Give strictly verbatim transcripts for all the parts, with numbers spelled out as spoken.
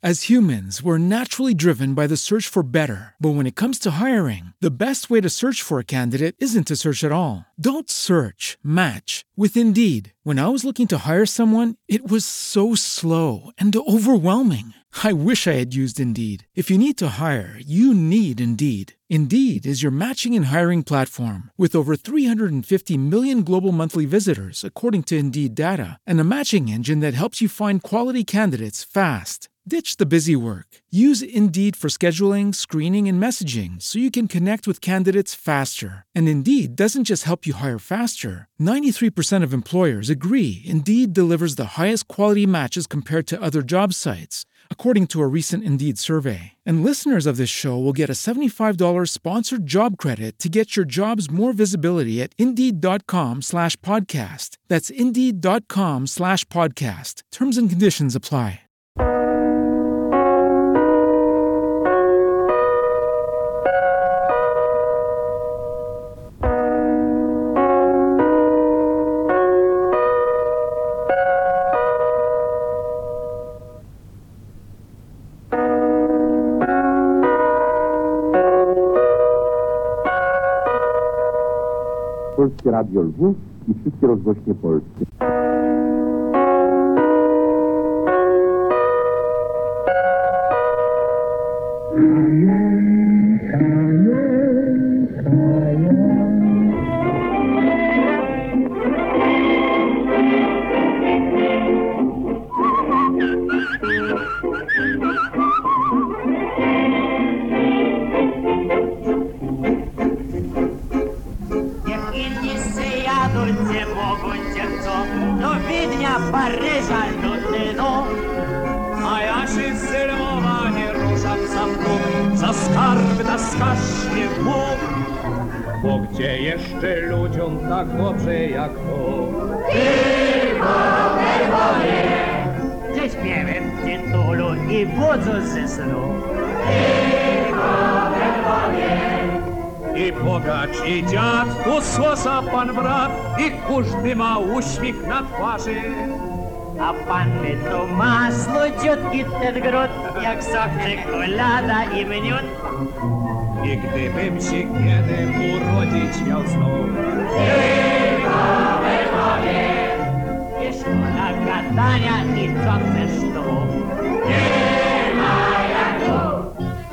As humans, we're naturally driven by the search for better. But when it comes to hiring, the best way to search for a candidate isn't to search at all. Don't search, match with Indeed. When I was looking to hire someone, it was so slow and overwhelming. I wish I had used Indeed. If you need to hire, you need Indeed. Indeed is your matching and hiring platform with over three hundred fifty million global monthly visitors, according to Indeed data, and a matching engine that helps you find quality candidates fast. Ditch the busy work. Use Indeed for scheduling, screening, and messaging so you can connect with candidates faster. And Indeed doesn't just help you hire faster. ninety-three percent of employers agree Indeed delivers the highest quality matches compared to other job sites, according to a recent Indeed survey. And listeners of this show will get a seventy-five dollars sponsored job credit to get your jobs more visibility at Indeed.com slash podcast. That's Indeed.com slash podcast. Terms and conditions apply. Polskie Radio Lwów i wszystkie rozgłośnie polskie. Paryża, Londynu, a ja się zdenerwowanie ruszam za mną, za skarb naskacznie w mur. Bo gdzie jeszcze ludziom tak dobrze jak to? Tylko we Lwowie, ze śpiewem tytulu i budzą ze snu. Tylko we Lwowie. I bogacz, i dziad, tu słosa pan brat, i każdy ma uśmiech na twarzy. A panny to masło, ciotki ten grot, jak sok czekolada i miód. I gdybym się kiedy urodzić miał znów, tylko we Lwowie, i szkoda gadania i co chcesz tu, nie ma jak tu.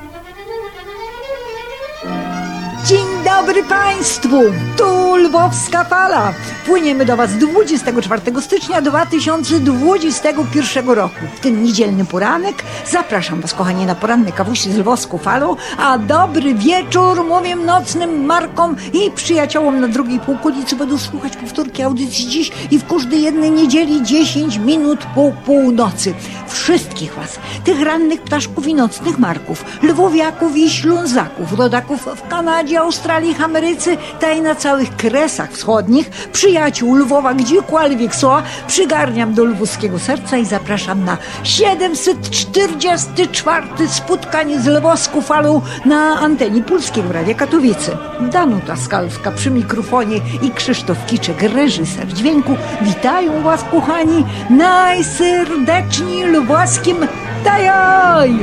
Dzień dobry Państwu! Tu Lwowska Fala. Płyniemy do Was dwudziestego czwartego stycznia dwa tysiące dwudziestego pierwszego roku. W ten niedzielny poranek zapraszam Was, kochani, na poranne kawusie z Lwowską Falą, a dobry wieczór mówię nocnym markom i przyjaciołom na drugiej półkuli, co będą słuchać powtórki audycji dziś i w każdej jednej niedzieli dziesięć minut po północy. Wszystkich Was, tych rannych ptaszków i nocnych marków, lwowiaków i ślązaków, rodaków w Kanadzie, Australii, Ameryce, taj na całych kresach wschodnich, przyjaciół Lwowa, gdziekolwiek są, przygarniam do lwowskiego serca i zapraszam na siedemset czterdzieste czwarte spotkanie z Lwowską Falą na antenie Polskiego Radia Katowice. Danuta Skalska przy mikrofonie i Krzysztof Kiczek, reżyser dźwięku. Witają Was, kochani, najserdeczniej lwowskim dajaj!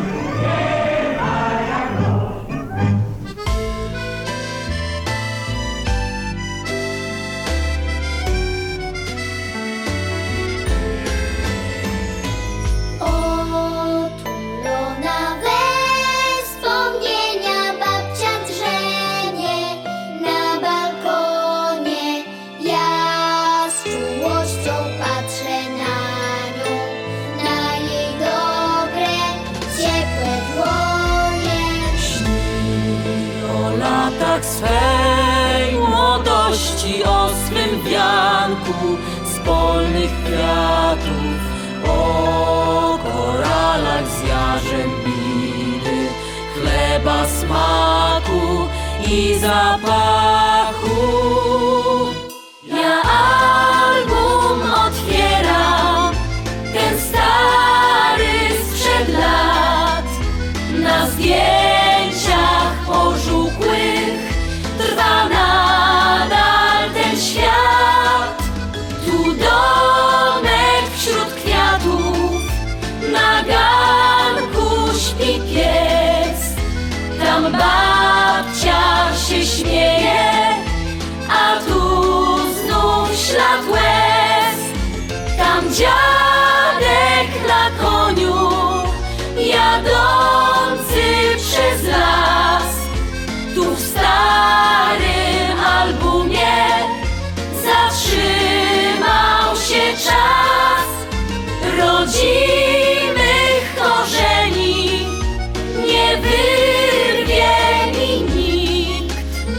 Swej młodości, o swym wianku z polnych kwiatów, o koralach z jarzębiny, chleba smaku i zapachu. Ja album otwieram, ten stary sprzed lat, na zdjęciach pożółkłych trwa nadal ten świat. Tu domek wśród kwiatów, na ganku czas rodzimych korzeni nie wyrwie mi nikt.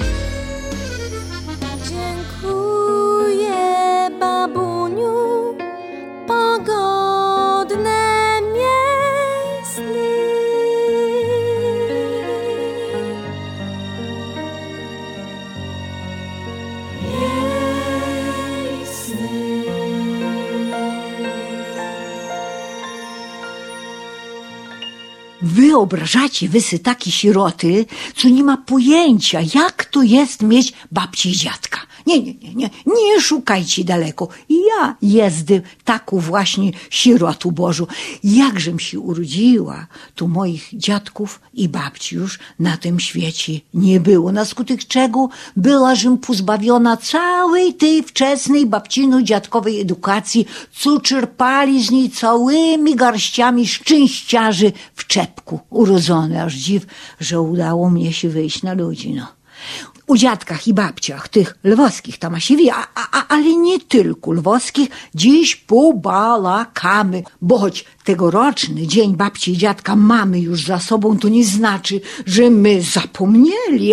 Dziękuję, babuniu, pogodne miej sny. Miej sny. Wyobrażacie wy sy takie sieroty, co nie ma pojęcia, jak to jest mieć babci i dziadka. Nie, nie, nie, nie, nie szukajcie daleko. Ja jestem taką właśnie sierotą Bożą. Jakżem się urodziła, to moich dziadków i babci już na tym świecie nie było. Na skutek czego byłażem pozbawiona całej tej wczesnej babcino-dziadkowej edukacji, co czerpali z niej całymi garściami szczęściarzy w czepku urodzone. Aż dziw, że udało mnie się wyjść na ludzi, no. U dziadkach i babciach, tych lwowskich Tamasiewi, a, a, ale nie tylko lwowskich, dziś pobalakamy, bo choć tegoroczny dzień babci i dziadka mamy już za sobą, to nie znaczy, że my zapomnieli.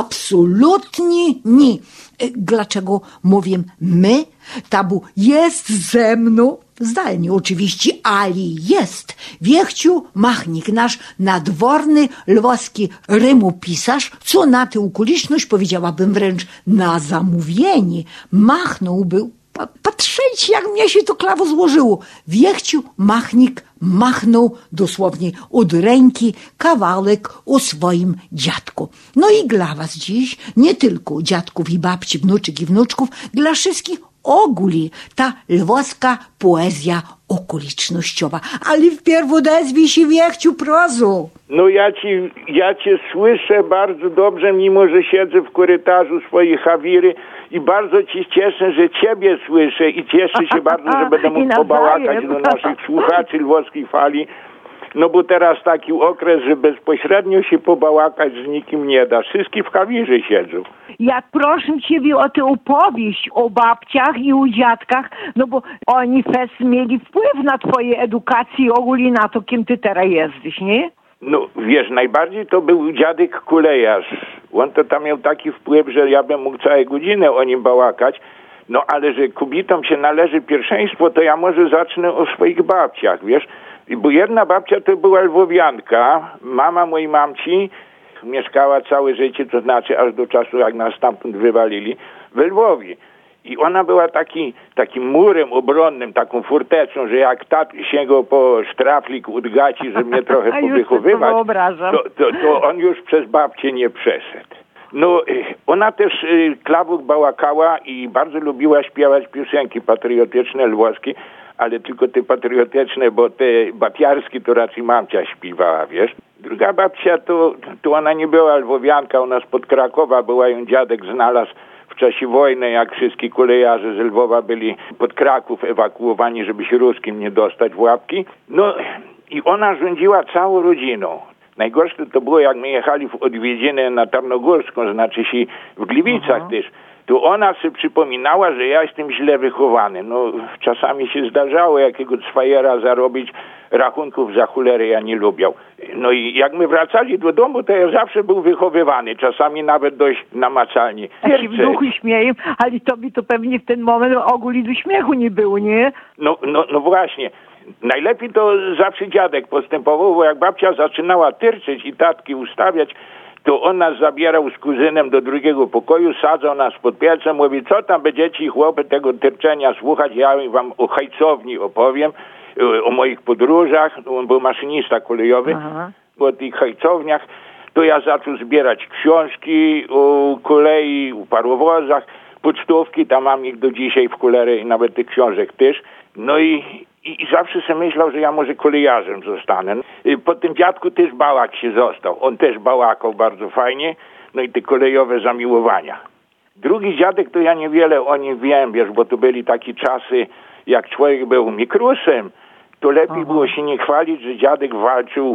Absolutnie nie. Dlaczego mówię my? Tabu jest ze mną, zdalnie oczywiście, ale jest. Wiechciu Machnik, nasz nadworny lwowski rymopisarz, co na tę okoliczność, powiedziałabym wręcz na zamówienie, machnął był. Patrzcie, jak mnie się to klawo złożyło. Wiechciu Machnik machnął dosłownie od ręki kawałek o swoim dziadku. No i dla was dziś, nie tylko dziadków i babci, wnuczek i wnuczków, dla wszystkich ogóli ta lwowska poezja okolicznościowa. Ale wpierw odezwij się, Wiechciu, prozu. No ja ci, ja cię słyszę bardzo dobrze, mimo że siedzę w korytarzu swojej chawiry i bardzo ci cieszę, że ciebie słyszę i cieszę się bardzo, że będę mógł pobałakać do naszych słuchaczy lwowskiej fali. No bo teraz taki okres, że bezpośrednio się pobałakać z nikim nie da. Wszyscy w chawirze siedzą. Ja proszę ciebie o tę opowieść o babciach i o dziadkach, no bo oni fest mieli wpływ na twoje edukację i ogólnie na to, kim ty teraz jesteś, nie? No wiesz, najbardziej to był dziadek Kulejarz. On to tam miał taki wpływ, że ja bym mógł całe godzinę o nim bałakać. No ale że kobietom się należy pierwszeństwo, to ja może zacznę o swoich babciach, wiesz? Bo jedna babcia to była lwowianka, mama mojej mamci mieszkała całe życie, to znaczy aż do czasu, jak nas stamtąd wywalili, we Lwowie. I ona była taki, takim murem obronnym, taką fortecą, że jak tat sięgał po sztraflik od gaci, żeby mnie trochę powychowywać, to, to, to on już przez babcię nie przeszedł. No, ona też y, klawuk bałakała i bardzo lubiła śpiewać piosenki patriotyczne lwowskie, ale tylko te patriotyczne, bo te bapiarskie to raczej mamcia śpiewała, wiesz. Druga babcia to, to ona nie była lwowianka, ona spod Krakowa była, ją dziadek znalazł w czasie wojny, jak wszystkie kolejarze z Lwowa byli pod Kraków ewakuowani, żeby się ruskim nie dostać w łapki. No i ona rządziła całą rodziną. Najgorsze to było, jak my jechali w odwiedziny na Tarnogórską, znaczy się w Gliwicach Aha. też. To ona sobie przypominała, że ja jestem źle wychowany. No, czasami się zdarzało jakiegoś swajera zarobić, rachunków za cholerę ja nie lubiał. No i jak my wracali do domu, to ja zawsze był wychowywany, czasami nawet dość namacalnie. Ja się w duchu śmieję, ale tobie to pewnie w ten moment ogóli do śmiechu nie było, nie? No, no, no właśnie. Najlepiej to zawsze dziadek postępował, bo jak babcia zaczynała tyrczyć i tatki ustawiać, to on nas zabierał z kuzynem do drugiego pokoju, sadzał nas pod piecem, mówi, co tam będziecie chłopy tego tyrczenia słuchać, ja wam o hajcowni opowiem, o moich podróżach, on był maszynista kolejowy, Aha. o tych hajcowniach, to ja zaczął zbierać książki o kolei, o parowozach, pocztówki, tam mam ich do dzisiaj w cholerę i nawet tych książek też, no i I, I zawsze sobie myślał, że ja może kolejarzem zostanę. Po tym dziadku też bałak się został. On też bałakał bardzo fajnie. No i te kolejowe zamiłowania. Drugi dziadek to ja niewiele o nim wiem, wiesz, bo to byli takie czasy, jak człowiek był mikrusem, to lepiej Aha. było się nie chwalić, że dziadek walczył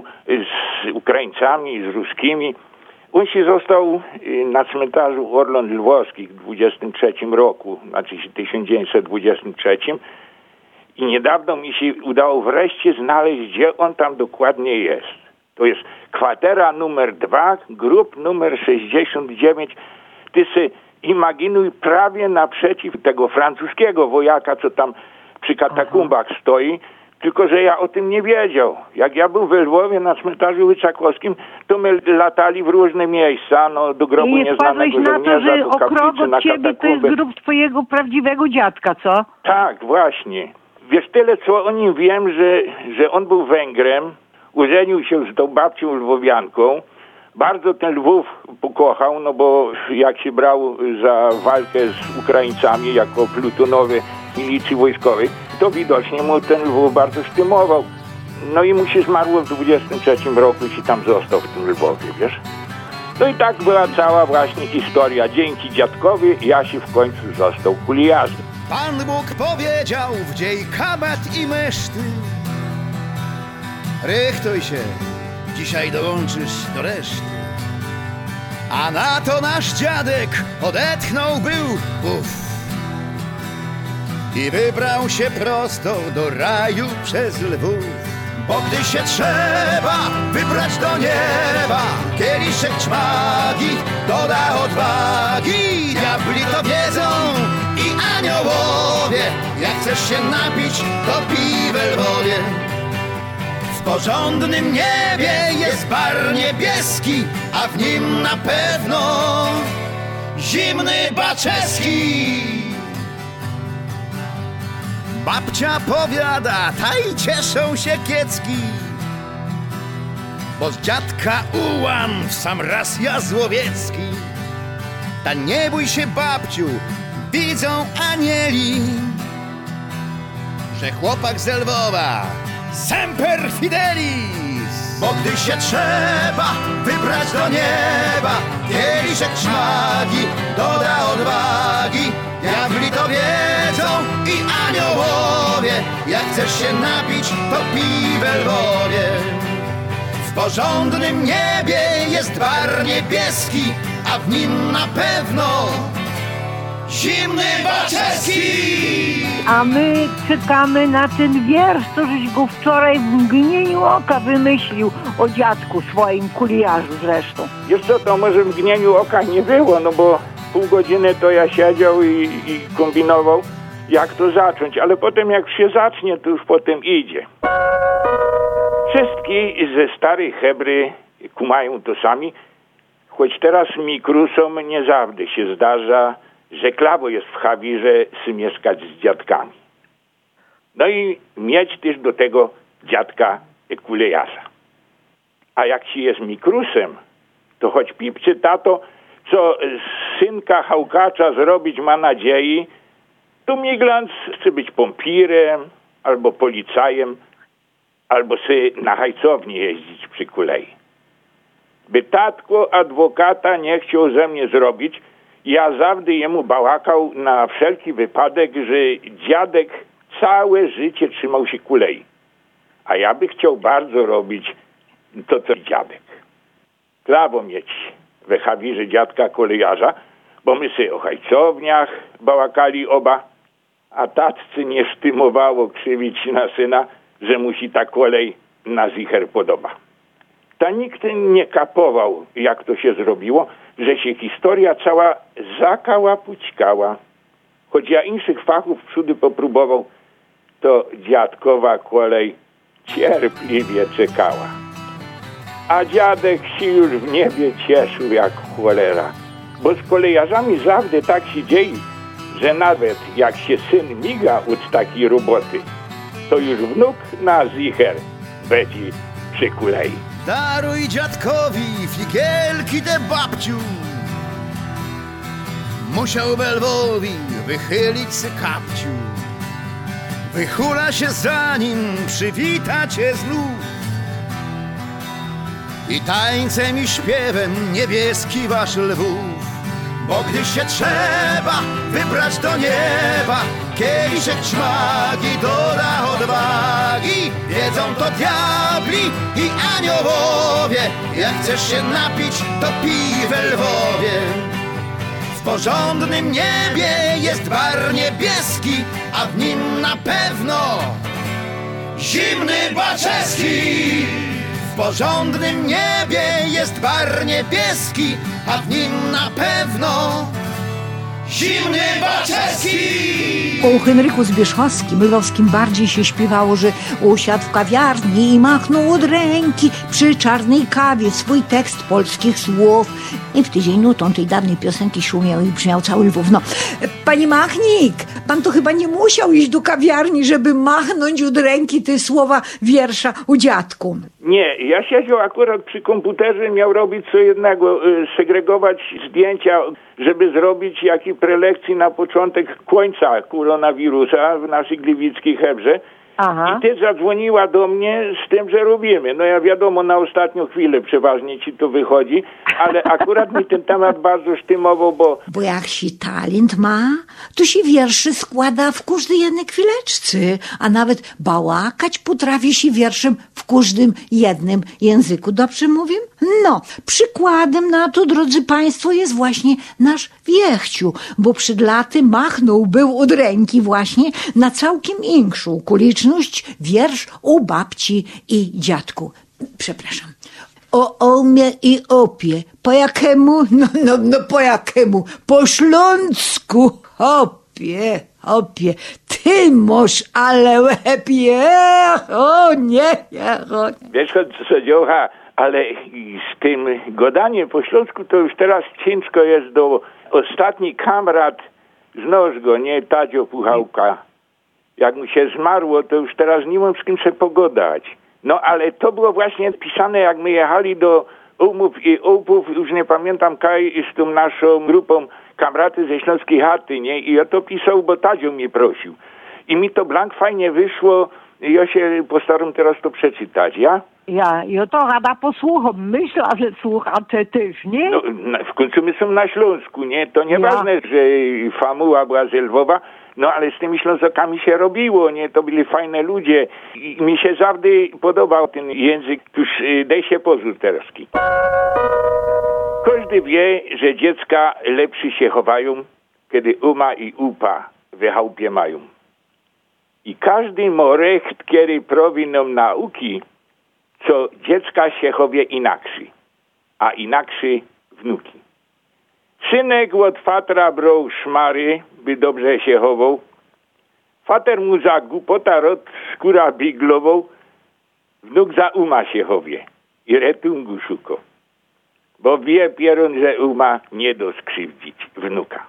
z Ukraińcami, z Ruskimi. On się został na cmentarzu Orląt Lwowskich w dwudziestym trzecim roku, znaczy tysiąc dziewięćset dwudziestym trzecim. I niedawno mi się udało wreszcie znaleźć, gdzie on tam dokładnie jest. To jest kwatera numer dwa, grób numer sześćdziesiąt dziewięć. Ty se imaginuj prawie naprzeciw tego francuskiego wojaka, co tam przy katakumbach Aha. stoi. Tylko że ja o tym nie wiedział. Jak ja był we Lwowie na cmentarzu Łyczakowskim, to my latali w różne miejsca, no do grobu I nie nieznanego na to, żołnierza, że do kaplicy, okrąg na od ciebie to jest grób twojego prawdziwego dziadka, co? Tak, właśnie. Wiesz, tyle co o nim wiem, że, że on był Węgrem, ożenił się z tą babcią lwowianką, bardzo ten Lwów pokochał, no bo jak się brał za walkę z Ukraińcami jako plutonowy milicji wojskowej, to widocznie mu ten Lwów bardzo stymował. No i mu się zmarło w dwudziestym trzecim roku i tam został w tym Lwowie, wiesz? No i tak była cała właśnie historia. Dzięki dziadkowi Jasi w końcu został kuliarzem. Pan Bóg powiedział w dziej kabat i myszty: rychtuj się, dzisiaj dołączysz do reszty. A na to nasz dziadek odetchnął był, uff, i wybrał się prosto do raju przez Lwów. Bo gdy się trzeba wybrać do nieba, kieliszek czmagi doda odwagi. Diabli to wiedzą i aniołowie, jak chcesz się napić, to pij we Lwowie. W porządnym niebie jest bar niebieski, a w nim na pewno zimny baczeski. Babcia powiada, taj cieszą się kiecki, bo z dziadka ułan w sam raz jazłowiecki. Ta nie bój się, babciu, widzą anieli, że chłopak z Lwowa semper fidelis. Bo gdy się trzeba wybrać do nieba, kieliszek czmagi doda odwagi. Diabli to wiedzą i aniołowie, jak chcesz się napić, to pij we Lwowie. W porządnym niebie jest bar niebieski, a w nim na pewno zimny baczeski. A my czekamy na ten wiersz, co żeś go wczoraj w mgnieniu oka wymyślił o dziadku swoim, kuliarzu zresztą. Wiesz co, to może w mgnieniu oka nie było, no bo pół godziny to ja siedział i, i kombinował, jak to zacząć, ale potem jak się zacznie, to już potem idzie. Wszystkie ze starych Hebry kumają to sami, choć teraz mi Krusom nie zawsze się zdarza, że klawo jest w Hawirze sy mieszkać z dziadkami. No i mieć też do tego dziadka kulejarza. A jak się jest mikrusem, to choć pipczy tato, co synka hałkacza zrobić ma nadziei, to Miglanc chce być pompirem, albo policajem, albo sy na hajcowni jeździć przy kulei. By tatko adwokata nie chciał ze mnie zrobić, ja zawsze jemu bałakał na wszelki wypadek, że dziadek całe życie trzymał się kulei. A ja by chciał bardzo robić to, co dziadek. Klawo mieć we Hawirze dziadka kolejarza, bo my sobie o hajcowniach bałakali oba, a tatce nie sztymowało krzywić na syna, że musi ta kolej na zicher podoba. Ta nikt nie kapował, jak to się zrobiło, że się historia cała zakałapućkała. Choć ja inszych fachów wprzódy popróbował, to dziadkowa kolej cierpliwie czekała. A dziadek się już w niebie cieszył jak cholera, bo z kolejarzami zawsze tak się dzieje, że nawet jak się syn miga od takiej roboty, to już wnuk na zicher będzie przy kulei. Daruj dziadkowi figielki de babciu, musiał we Lwowi wychylić sy kapciu. Wychula się za nim, przywita cię znów i tańcem i śpiewem niebieski wasz Lwów. Bo gdy się trzeba wybrać do nieba, kieliszek czmagi doda odwagi. Wiedzą to diabli i aniołowie, jak chcesz się napić, to pij we Lwowie. W porządnym niebie jest bar niebieski, a w nim na pewno zimny Baczewski. W porządnym niebie jest bar niebieski, a w nim na pewno zimny Baczewski. O Henryku Zbierzchowskim Lwowskim bardziej się śpiewało, że usiadł w kawiarni i machnął od ręki przy czarnej kawie swój tekst polskich słów. I w tydzień nutą tej dawnej piosenki szumiał i brzmiał cały Lwów. No, panie Machnik, pan to chyba nie musiał iść do kawiarni, żeby machnąć od ręki te słowa wiersza u dziadku. Nie, ja siedział akurat przy komputerze, miał robić co jednego, y, segregować zdjęcia, żeby zrobić jaki prelekcji na początek końca koronawirusa w naszej gliwickiej Hebrze. Aha. I ty zadzwoniła do mnie z tym, że robimy. No ja wiadomo, na ostatnią chwilę przeważnie ci to wychodzi, ale akurat mi ten temat bardzo sztymował, bo... Bo jak się talent ma, to się wierszy składa w każdej jednej chwileczce, a nawet bałakać potrafi się wierszem w każdym jednym języku. Dobrze mówię? No, przykładem na to, drodzy państwo, jest właśnie nasz Wiechciu, bo przed laty machnął był od ręki właśnie na całkiem inkszą okoliczność wiersz o babci i dziadku. Przepraszam. O omie i opie. Po jakemu? No, no, no po jakemu? Po śląsku. Hopie, hopie. Ty moż, ale łepie. O nie, o nie. Wiesz co, dziocha, ale z tym godaniem po śląsku to już teraz ciężko jest, do ostatni kamrat, znasz go, nie? Tadzio Puchałka. Jak mu się zmarło, to już teraz nie mam z kim się pogadać. No ale to było właśnie pisane, jak my jechali do Umów i Opów, już nie pamiętam kaj, z tą naszą grupą kamraty ze Śląskiej Chaty, nie? I ja to pisał, bo Tadzio mnie prosił. I mi to blank fajnie wyszło, ja się postaram teraz to przeczytać, ja? Ja, ja to rada posłucham. Myślę, że słuchacze też, nie? No, na, w końcu my są na Śląsku, nie? To nieważne, Ja. że famuła była z Lwowa, no ale z tymi Ślązakami się robiło, nie? To byli fajne ludzie. I mi się zawsze podobał ten język, już y, daj się pozór tereski. Każdy wie, że dziecka lepszy się chowają, kiedy uma i upa we chałupie mają. I każdy morecht, kiedy prowi nam nauki, co dziecka się chowie inaksi, a inaksi wnuki. Synek od fatra brał szmary, by dobrze się chował. Fater mu za głupota rot skóra biglował, wnuk za uma się chowie i retungu szuka. Bo wie pieron, że uma nie doskrzywdzić wnuka.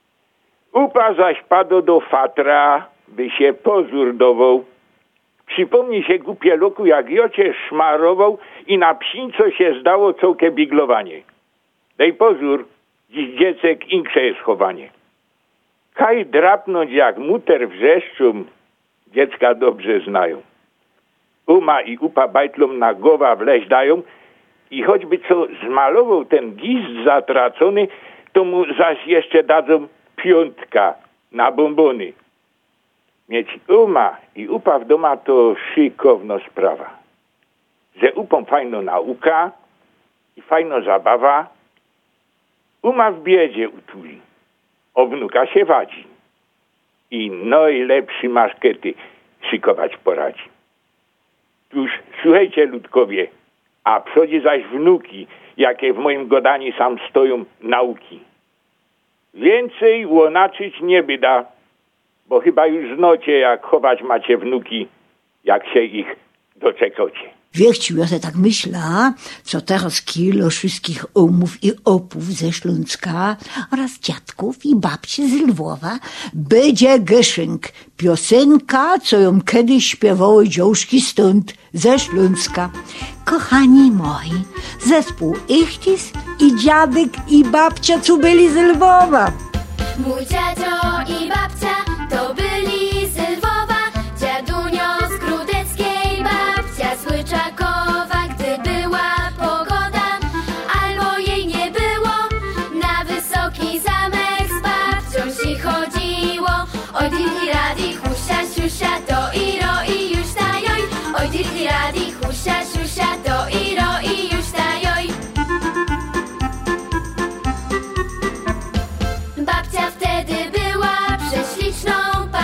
Upa zaś padł do fatra, by się pozór dował. Przypomni się głupie loku, jak jocie szmarował i na psińco się zdało całkie biglowanie. Daj pozór, dziś dziecek inksze jest chowanie. Kaj drapnąć jak muter wrzeszczą, dziecka dobrze znają. Uma i upa bajtlom na głowa wleź dają i choćby co zmalował ten gist zatracony, to mu zaś jeszcze dadzą piątka na bombony. Mieć uma i upa w doma to szykowna sprawa. Że upom fajno nauka i fajno zabawa, uma w biedzie utuli, o wnuka się wadzi i najlepszy maszkety szykować poradzi. Tuż słuchajcie ludkowie, a przychodzi zaś wnuki, jakie w moim godani sam stoją nauki. Więcej łonaczyć nie byda, bo chyba już znocie, jak chować macie wnuki, jak się ich doczekacie. Wiechciu, ja se tak myślę, co teraz kilo wszystkich umów i opów ze Śląska oraz dziadków i babci z Lwowa będzie Gyszynk, piosenka, co ją kiedyś śpiewały dziążki stąd ze Śląska. Kochani moi, zespół Ichtis i dziadek i babcia, co byli z Lwowa. Mój dziadzio i babcia to byli z Lwowa, dziadunio z Grudeckiej, babcia z Łyczakowa. Gdy była pogoda, albo jej nie było, na wysoki zamek z babcią się chodziło. Oj dirti radi, husia, siusia, to iro i już tajoj. Oj dirti radi, husia, siusia, to iro i już tajoj. Babcia wtedy była prześliczną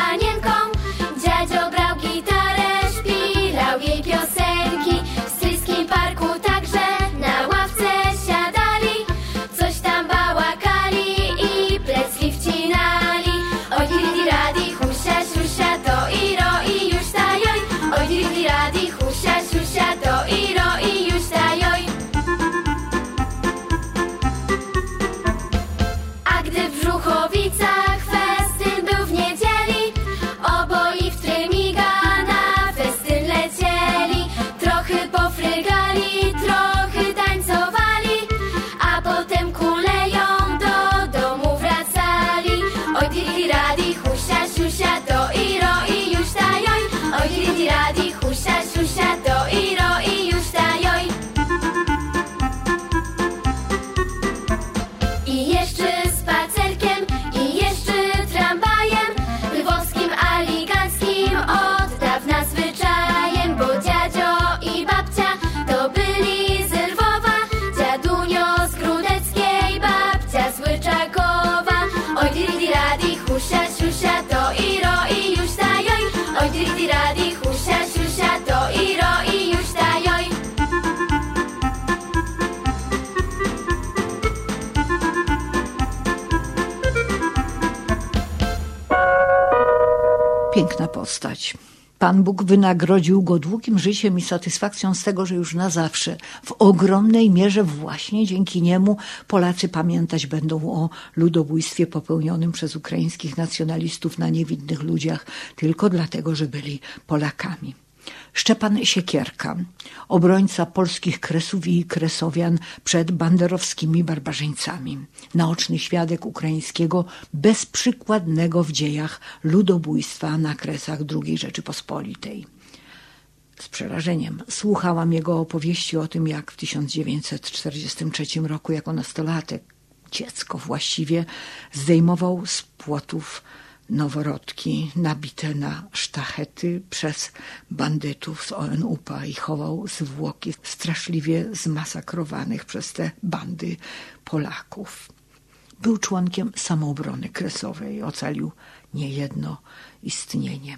Piękna postać. Pan Bóg wynagrodził go długim życiem i satysfakcją z tego, że już na zawsze, w ogromnej mierze właśnie dzięki niemu Polacy pamiętać będą o ludobójstwie popełnionym przez ukraińskich nacjonalistów na niewinnych ludziach, tylko dlatego, że byli Polakami. Szczepan Siekierka, obrońca polskich Kresów i Kresowian przed banderowskimi barbarzyńcami. Naoczny świadek ukraińskiego, bezprzykładnego w dziejach ludobójstwa na Kresach drugiej Rzeczypospolitej. Z przerażeniem słuchałam jego opowieści o tym, jak w tysiąc dziewięćset czterdziestym trzecim roku jako nastolatek, dziecko właściwie, zdejmował z płotów noworodki nabite na sztachety przez bandytów z O N U P A i chował zwłoki straszliwie zmasakrowanych przez te bandy Polaków. Był członkiem Samoobrony Kresowej, ocalił niejedno istnienie.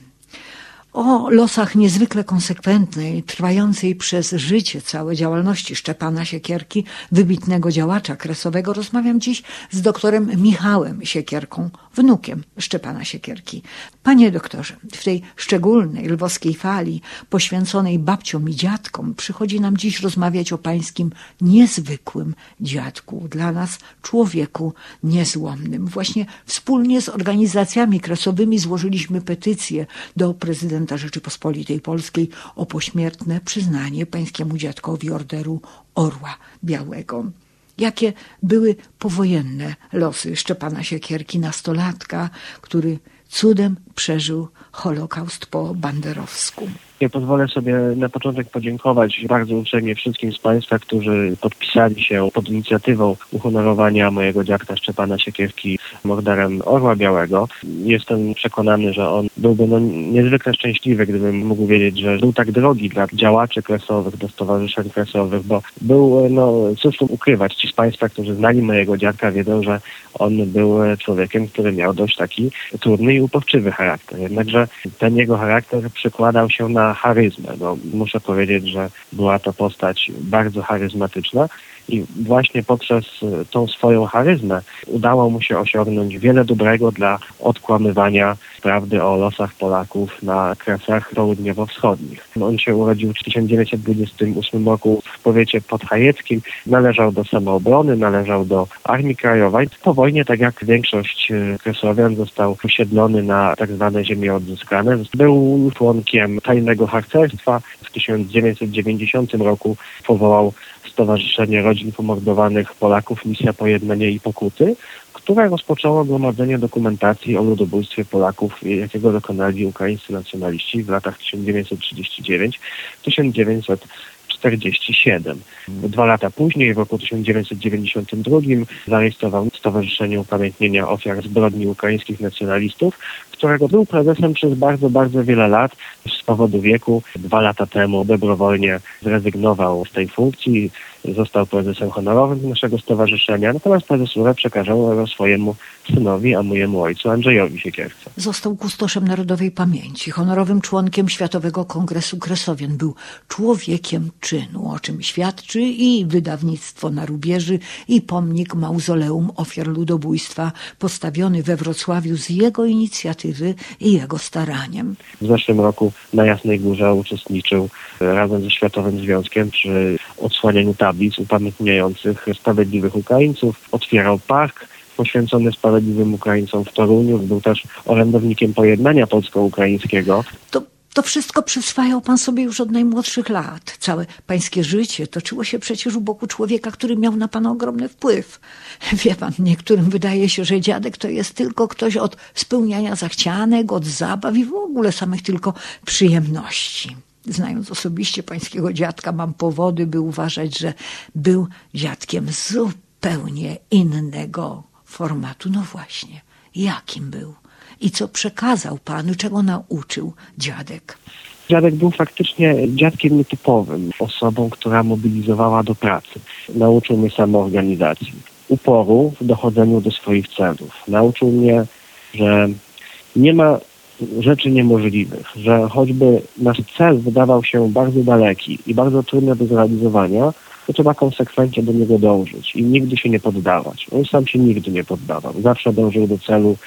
O losach niezwykle konsekwentnej, trwającej przez życie całe działalności Szczepana Siekierki, wybitnego działacza kresowego, rozmawiam dziś z doktorem Michałem Siekierką, wnukiem Szczepana Siekierki. Panie doktorze, w tej szczególnej lwowskiej fali poświęconej babciom i dziadkom przychodzi nam dziś rozmawiać o pańskim niezwykłym dziadku, dla nas człowieku niezłomnym. Właśnie wspólnie z organizacjami kresowymi złożyliśmy petycję do prezydenta Rzeczypospolitej Polskiej o pośmiertne przyznanie pańskiemu dziadkowi Orderu Orła Białego. Jakie były powojenne losy Szczepana Siekierki, nastolatka, który cudem przeżył Holokaust po banderowsku? Ja pozwolę sobie na początek podziękować bardzo uprzejmie wszystkim z Państwa, którzy podpisali się pod inicjatywą uhonorowania mojego dziadka Szczepana Siekierki Orderem Orła Białego. Jestem przekonany, że on byłby no, niezwykle szczęśliwy, gdybym mógł wiedzieć, że był tak drogi dla działaczy kresowych, dla stowarzyszeń kresowych, bo był, no cóż tu ukrywać, ci z Państwa, którzy znali mojego dziadka, wiedzą, że on był człowiekiem, który miał dość taki trudny i uporczywy charakter. Jednakże ten jego charakter przykładał się na charyzmę. No, muszę powiedzieć, że była to postać bardzo charyzmatyczna i właśnie poprzez tą swoją charyzmę udało mu się osiągnąć wiele dobrego dla odkłamywania prawdy o losach Polaków na Kresach południowo-wschodnich. On się urodził w tysiąc dziewięćset dwudziestym ósmym roku w powiecie podhajeckim, należał do Samoobrony, należał do Armii Krajowej. Po wojnie, tak jak większość Kresowian, został usiedlony na tak zwane ziemie odzyskane. Był członkiem tajnego harcerstwa. W tysiąc dziewięćset dziewięćdziesiątym roku powołał Stowarzyszenie Rodzin Pomordowanych Polaków Misja Pojednania i Pokuty, które rozpoczęło gromadzenie dokumentacji o ludobójstwie Polaków, jakiego dokonali ukraińscy nacjonaliści w latach tysiąc dziewięćset trzydziestym dziewiątym do tysiąc dziewięćset czterdziestego siódmego. Dwa lata później, w roku tysiąc dziewięćset dziewięćdziesiątym drugim, zarejestrował Stowarzyszenie Upamiętnienia Ofiar Zbrodni Ukraińskich Nacjonalistów, którego był prezesem przez bardzo, bardzo wiele lat. Z powodu wieku dwa lata temu dobrowolnie zrezygnował z tej funkcji, został prezesem honorowym naszego stowarzyszenia, natomiast prezesurę przekazał swojemu synowi, a mojemu ojcu Andrzejowi Siekierce. Został kustoszem narodowej pamięci, honorowym członkiem Światowego Kongresu Kresowian. Był człowiekiem czynu, o czym świadczy i wydawnictwo na Rubieży, i pomnik Mauzoleum Ofiar Ludobójstwa postawiony we Wrocławiu z jego inicjatywy i jego staraniem. W zeszłym roku na Jasnej Górze uczestniczył razem ze Światowym Związkiem przy odsłanianiu tablic upamiętniających sprawiedliwych Ukraińców. Otwierał park poświęcony sprawiedliwym Ukraińcom w Toruniu. Był też orędownikiem pojednania polsko-ukraińskiego. To To wszystko przyswajał pan sobie już od najmłodszych lat. Całe pańskie życie toczyło się przecież u boku człowieka, który miał na pana ogromny wpływ. Wie pan, niektórym wydaje się, że dziadek to jest tylko ktoś od spełniania zachcianek, od zabaw i w ogóle samych tylko przyjemności. Znając osobiście pańskiego dziadka, mam powody, by uważać, że był dziadkiem zupełnie innego formatu. No właśnie, jakim był? I co przekazał panu, czego nauczył dziadek? Dziadek był faktycznie dziadkiem nietypowym, osobą, która mobilizowała do pracy. Nauczył mnie samoorganizacji, uporu w dochodzeniu do swoich celów. Nauczył mnie, że nie ma rzeczy niemożliwych, że choćby nasz cel wydawał się bardzo daleki i bardzo trudny do zrealizowania, to trzeba konsekwentnie do niego dążyć i nigdy się nie poddawać. On sam się nigdy nie poddawał. Zawsze dążył do celu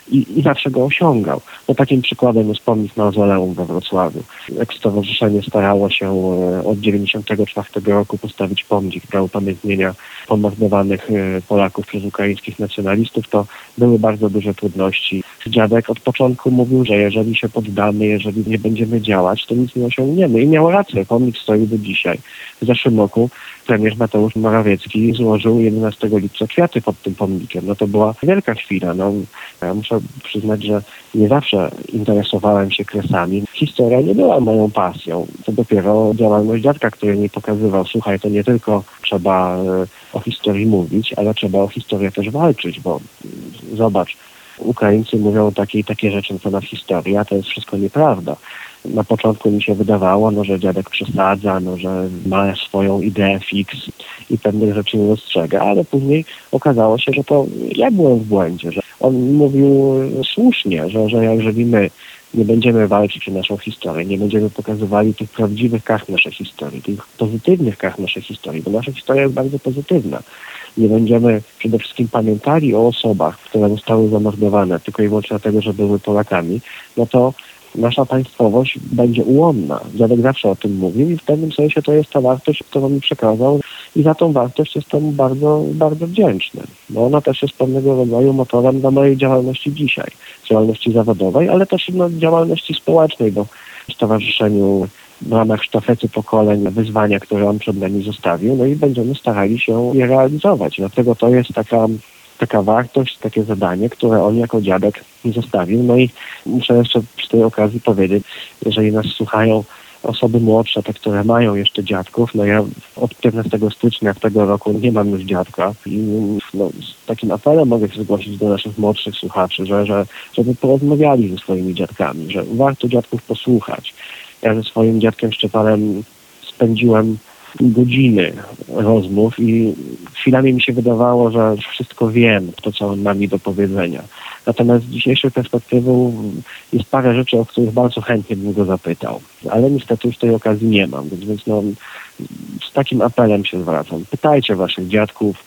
i, i zawsze go osiągał. No takim przykładem jest pomnik Mauzoleum we Wrocławiu. Jak stowarzyszenie starało się od dziewięćdziesiątego czwartego roku postawić pomnik dla upamiętnienia pomordowanych Polaków przez ukraińskich nacjonalistów, to były bardzo duże trudności. Dziadek od początku mówił, że jeżeli się poddamy, jeżeli nie będziemy działać, to nic nie osiągniemy. I miał rację, pomnik stoi do dzisiaj. W zeszłym roku premier Mateusz Morawiecki złożył jedenastego lipca kwiaty pod tym pomnikiem. No to była wielka chwila. No, ja muszę przyznać, że nie zawsze interesowałem się kresami. Historia nie była moją pasją. To dopiero działalność dziadka, który mi pokazywał, słuchaj, to nie tylko trzeba o historii mówić, ale trzeba o historię też walczyć, bo zobacz, Ukraińcy mówią takie i takie rzeczy co na historii, a to jest wszystko nieprawda. Na początku mi się wydawało, no, że dziadek przesadza, no, że ma swoją ideę fix i pewnych rzeczy nie dostrzega, ale później okazało się, że to ja byłem w błędzie, że on mówił słusznie, że, że jeżeli my nie będziemy walczyć o naszą historię, nie będziemy pokazywali tych prawdziwych kart naszej historii, tych pozytywnych kart naszej historii, bo nasza historia jest bardzo pozytywna. Nie będziemy przede wszystkim pamiętali o osobach, które zostały zamordowane tylko i wyłącznie dlatego, że były Polakami, no to nasza państwowość będzie ułomna. Dziadek zawsze o tym mówił i w pewnym sensie to jest ta wartość, którą mi przekazał i za tą wartość jestem mu bardzo, bardzo wdzięczny. Bo ona też jest pewnego rodzaju motorem dla mojej działalności dzisiaj. Działalności zawodowej, ale też no, działalności społecznej, bo w stowarzyszeniu w ramach sztafety pokoleń wyzwania, które on przed nami zostawił, no i będziemy starali się je realizować. Dlatego to jest taka taka wartość, takie zadanie, które on jako dziadek zostawił. No i muszę jeszcze przy tej okazji powiedzieć, jeżeli nas słuchają osoby młodsze, te, które mają jeszcze dziadków, no ja od piętnastego stycznia tego roku nie mam już dziadka i no, z takim apelem mogę się zgłosić do naszych młodszych słuchaczy, że, że żeby porozmawiali ze swoimi dziadkami, że warto dziadków posłuchać. Ja ze swoim dziadkiem Szczepanem spędziłem godziny rozmów i chwilami mi się wydawało, że wszystko wiem, to co on ma mi do powiedzenia. Natomiast z dzisiejszej perspektywy jest parę rzeczy, o których bardzo chętnie bym go zapytał. Ale niestety już tej okazji nie mam, więc, więc no, z takim apelem się zwracam. Pytajcie waszych dziadków,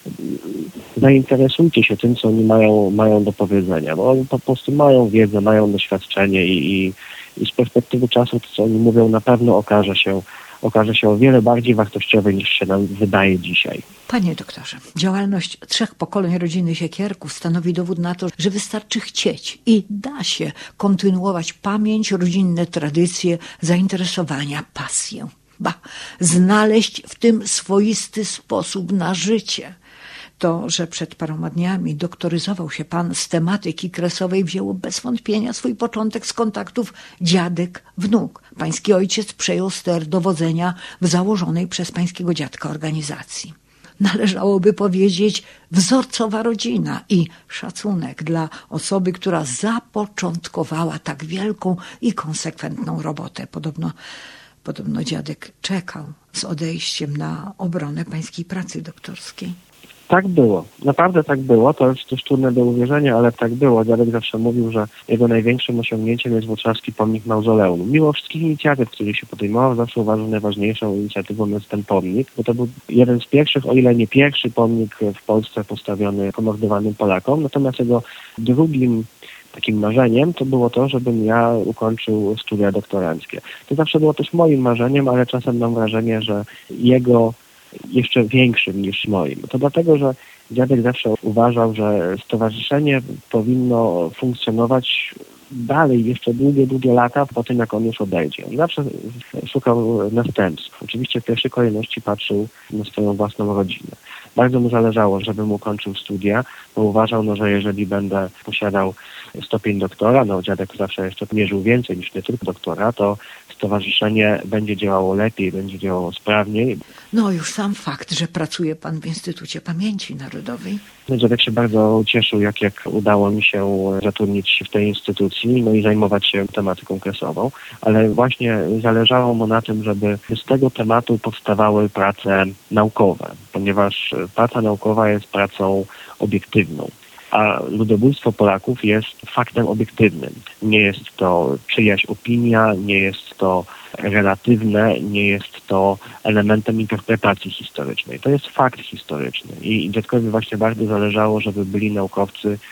zainteresujcie się tym, co oni mają, mają do powiedzenia, bo oni po prostu mają wiedzę, mają doświadczenie i, i, i z perspektywy czasu to, co oni mówią, na pewno okaże się okaże się o wiele bardziej wartościowe niż się nam wydaje dzisiaj. Panie doktorze, działalność trzech pokoleń rodziny Siekierków stanowi dowód na to, że wystarczy chcieć i da się kontynuować pamięć, rodzinne tradycje, zainteresowania, pasję. Ba, znaleźć w tym swoisty sposób na życie. To, że przed paroma dniami doktoryzował się pan z tematyki kresowej, wzięło bez wątpienia swój początek z kontaktów dziadek-wnuk. Pański ojciec przejął ster dowodzenia w założonej przez pańskiego dziadka organizacji. Należałoby powiedzieć wzorcowa rodzina i szacunek dla osoby, która zapoczątkowała tak wielką i konsekwentną robotę. Podobno, podobno dziadek czekał z odejściem na obronę pańskiej pracy doktorskiej. Tak było. Naprawdę tak było. To jest też trudne do uwierzenia, ale tak było. Dziadek zawsze mówił, że jego największym osiągnięciem jest wrocławski pomnik Mauzoleum. Mimo wszystkich inicjatyw, których się podejmował, zawsze uważał, najważniejszą inicjatywą jest ten pomnik, bo to był jeden z pierwszych, o ile nie pierwszy pomnik w Polsce postawiony pomordowanym Polakom. Natomiast jego drugim takim marzeniem to było to, żebym ja ukończył studia doktoranckie. To zawsze było też moim marzeniem, ale czasem mam wrażenie, że jego jeszcze większym niż moim. To dlatego, że dziadek zawsze uważał, że stowarzyszenie powinno funkcjonować dalej jeszcze długie, długie lata po tym, jak on już odejdzie. On zawsze szukał następstw. Oczywiście w pierwszej kolejności patrzył na swoją własną rodzinę. Bardzo mu zależało, żebym ukończył studia, bo uważał, no, że jeżeli będę posiadał stopień doktora, no dziadek zawsze jeszcze mierzył więcej niż nie tylko doktora, to stowarzyszenie będzie działało lepiej, będzie działało sprawniej. No już sam fakt, że pracuje pan w Instytucie Pamięci Narodowej. Dziadek się bardzo cieszył, jak, jak udało mi się zatrudnić w tej instytucji, no i zajmować się tematyką kresową, ale właśnie zależało mu na tym, żeby z tego tematu powstawały prace naukowe, ponieważ praca naukowa jest pracą obiektywną. A ludobójstwo Polaków jest faktem obiektywnym. Nie jest to czyjaś opinia, nie jest to relatywne, nie jest to elementem interpretacji historycznej. To jest fakt historyczny i dziadkowi właśnie bardzo zależało, żeby byli naukowcy,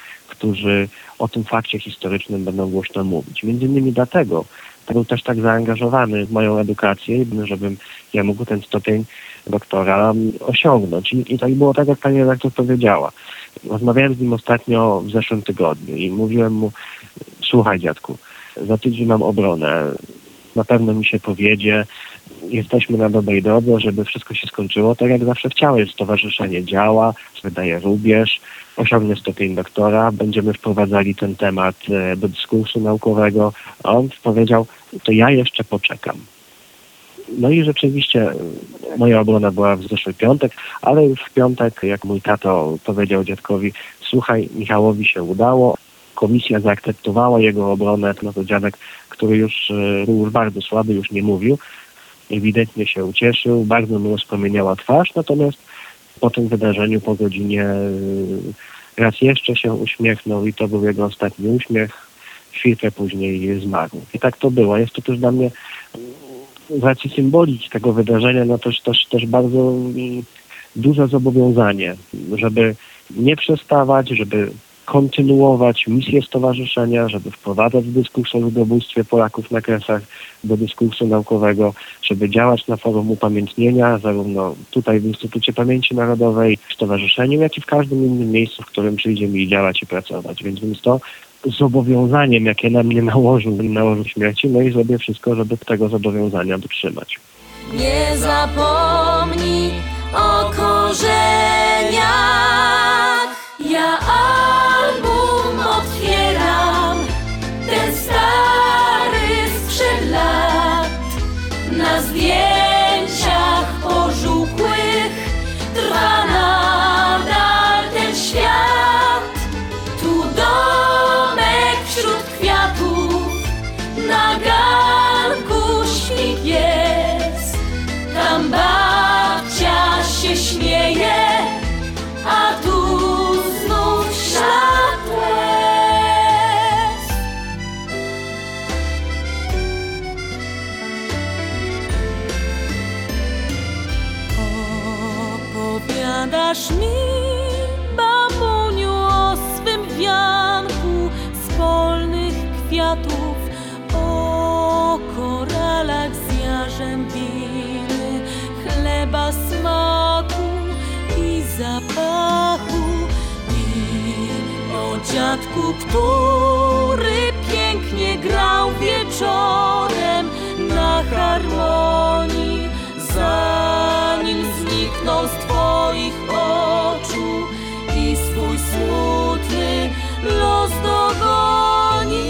którzy o tym fakcie historycznym będą głośno mówić. Między innymi dlatego był też tak zaangażowany w moją edukację, żebym ja mógł ten stopień doktora osiągnąć. I, i to było tak, jak pani redaktor powiedziała. Rozmawiałem z nim ostatnio w zeszłym tygodniu i mówiłem mu: słuchaj dziadku, za tydzień mam obronę, na pewno mi się powiedzie, jesteśmy na dobrej drodze, żeby wszystko się skończyło tak, jak zawsze chciałeś. Stowarzyszenie działa, wydaje rubież, osiągnę stopień doktora, będziemy wprowadzali ten temat do dyskursu naukowego. A on powiedział: to ja jeszcze poczekam. No i rzeczywiście moja obrona była w zeszły piątek, ale już w piątek, jak mój tato powiedział dziadkowi: słuchaj, Michałowi się udało, komisja zaakceptowała jego obronę, no to dziadek, który już był już bardzo słaby, już nie mówił, ewidentnie się ucieszył, bardzo mu rozpromieniała twarz, natomiast po tym wydarzeniu, po godzinie raz jeszcze się uśmiechnął i to był jego ostatni uśmiech. Chwilkę później zmarł. I tak to było. Jest to też dla mnie, z racji symboliki tego wydarzenia, no też, też, też bardzo duże zobowiązanie, żeby nie przestawać, żeby kontynuować misję stowarzyszenia, żeby wprowadzać dyskurs o ludobójstwie Polaków na Kresach do dyskursu naukowego, żeby działać na forum upamiętnienia, zarówno tutaj w Instytucie Pamięci Narodowej, w stowarzyszeniu, jak i w każdym innym miejscu, w którym przyjdzie mi działać i pracować. Więc, więc to zobowiązaniem, jakie na mnie nałożył, nałożył śmierci, no i zrobię wszystko, żeby tego zobowiązania dotrzymać. Nie zapomnij o korzeniach. Ja album otwieram, ten stary sprzed lat. Na zdjęciach pożółkłych trwa nadal ten świat. Tu domek wśród kwiatów, na ganku śpi pies. Tam babcia się śmieje, a tu znów ślad łez. Opowiadasz mi, babuniu, o swym wianku z polnych kwiatów, o koralach z jarzębiny, chleba smaku i zapachu, i o dziadku, który pięknie grał wieczorem na harmonii, zanim zniknął z twoich oczu i swój smutny los dogonił.